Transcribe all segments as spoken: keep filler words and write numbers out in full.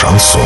Шансон.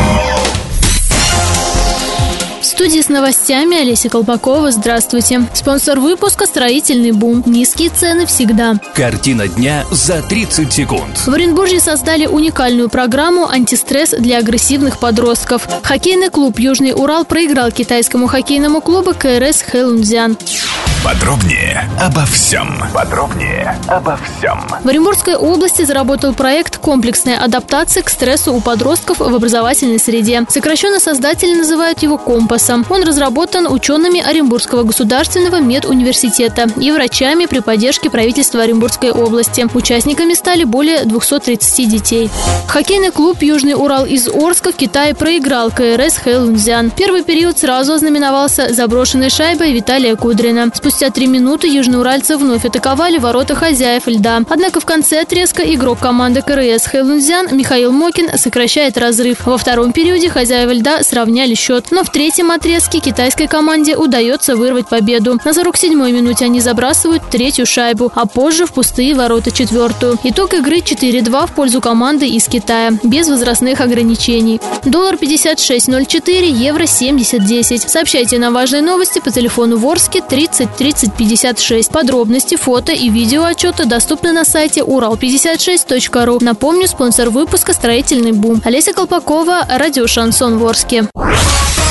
В студии с новостями Олеся Колпакова. Здравствуйте. Спонсор выпуска — «Строительный бум». Низкие цены всегда. Картина дня за тридцать секунд. В Оренбурге создали уникальную программу «Антистресс для агрессивных подростков». Хоккейный клуб «Южный Урал» проиграл китайскому хоккейному клубу ка эр эс Хэлунцзян. Подробнее обо всем. Подробнее обо всем. В Оренбургской области заработал проект «Комплексная адаптация к стрессу у подростков в образовательной среде». Сокращенно создатели называют его «Компасом». Он разработан учеными Оренбургского государственного медуниверситета и врачами при поддержке правительства Оренбургской области. Участниками стали более двухсот тридцати детей. Хоккейный клуб «Южный Урал» из Орска в Китае проиграл ка эр эс Хэлунцзян. Первый период сразу ознаменовался заброшенной шайбой Виталия Кудрина. Спустя три минуты южноуральцы вновь атаковали ворота хозяев льда. Однако в конце отрезка игрок команды ка эр эс Хэлунцзян Михаил Мокин сокращает разрыв. Во втором периоде хозяева льда сравняли счет. Но в третьем отрезке китайской команде удается вырвать победу. На сорок седьмой минуте они забрасывают третью шайбу, а позже в пустые ворота четвертую. Итог игры четыре-два в пользу команды из Китая, без возрастных ограничений. Доллар пятьдесят шесть ноль четыре, евро семьдесят десять. Сообщайте нам важные новости по телефону в Орске тридцать тридцать пятьдесят шесть. Подробности, фото и видео отчета доступны на сайте урал пятьдесят шесть точка ру. Напомню, спонсор выпуска — «Строительный бум». Олеся Колпакова, радио «Шансон» в Орске.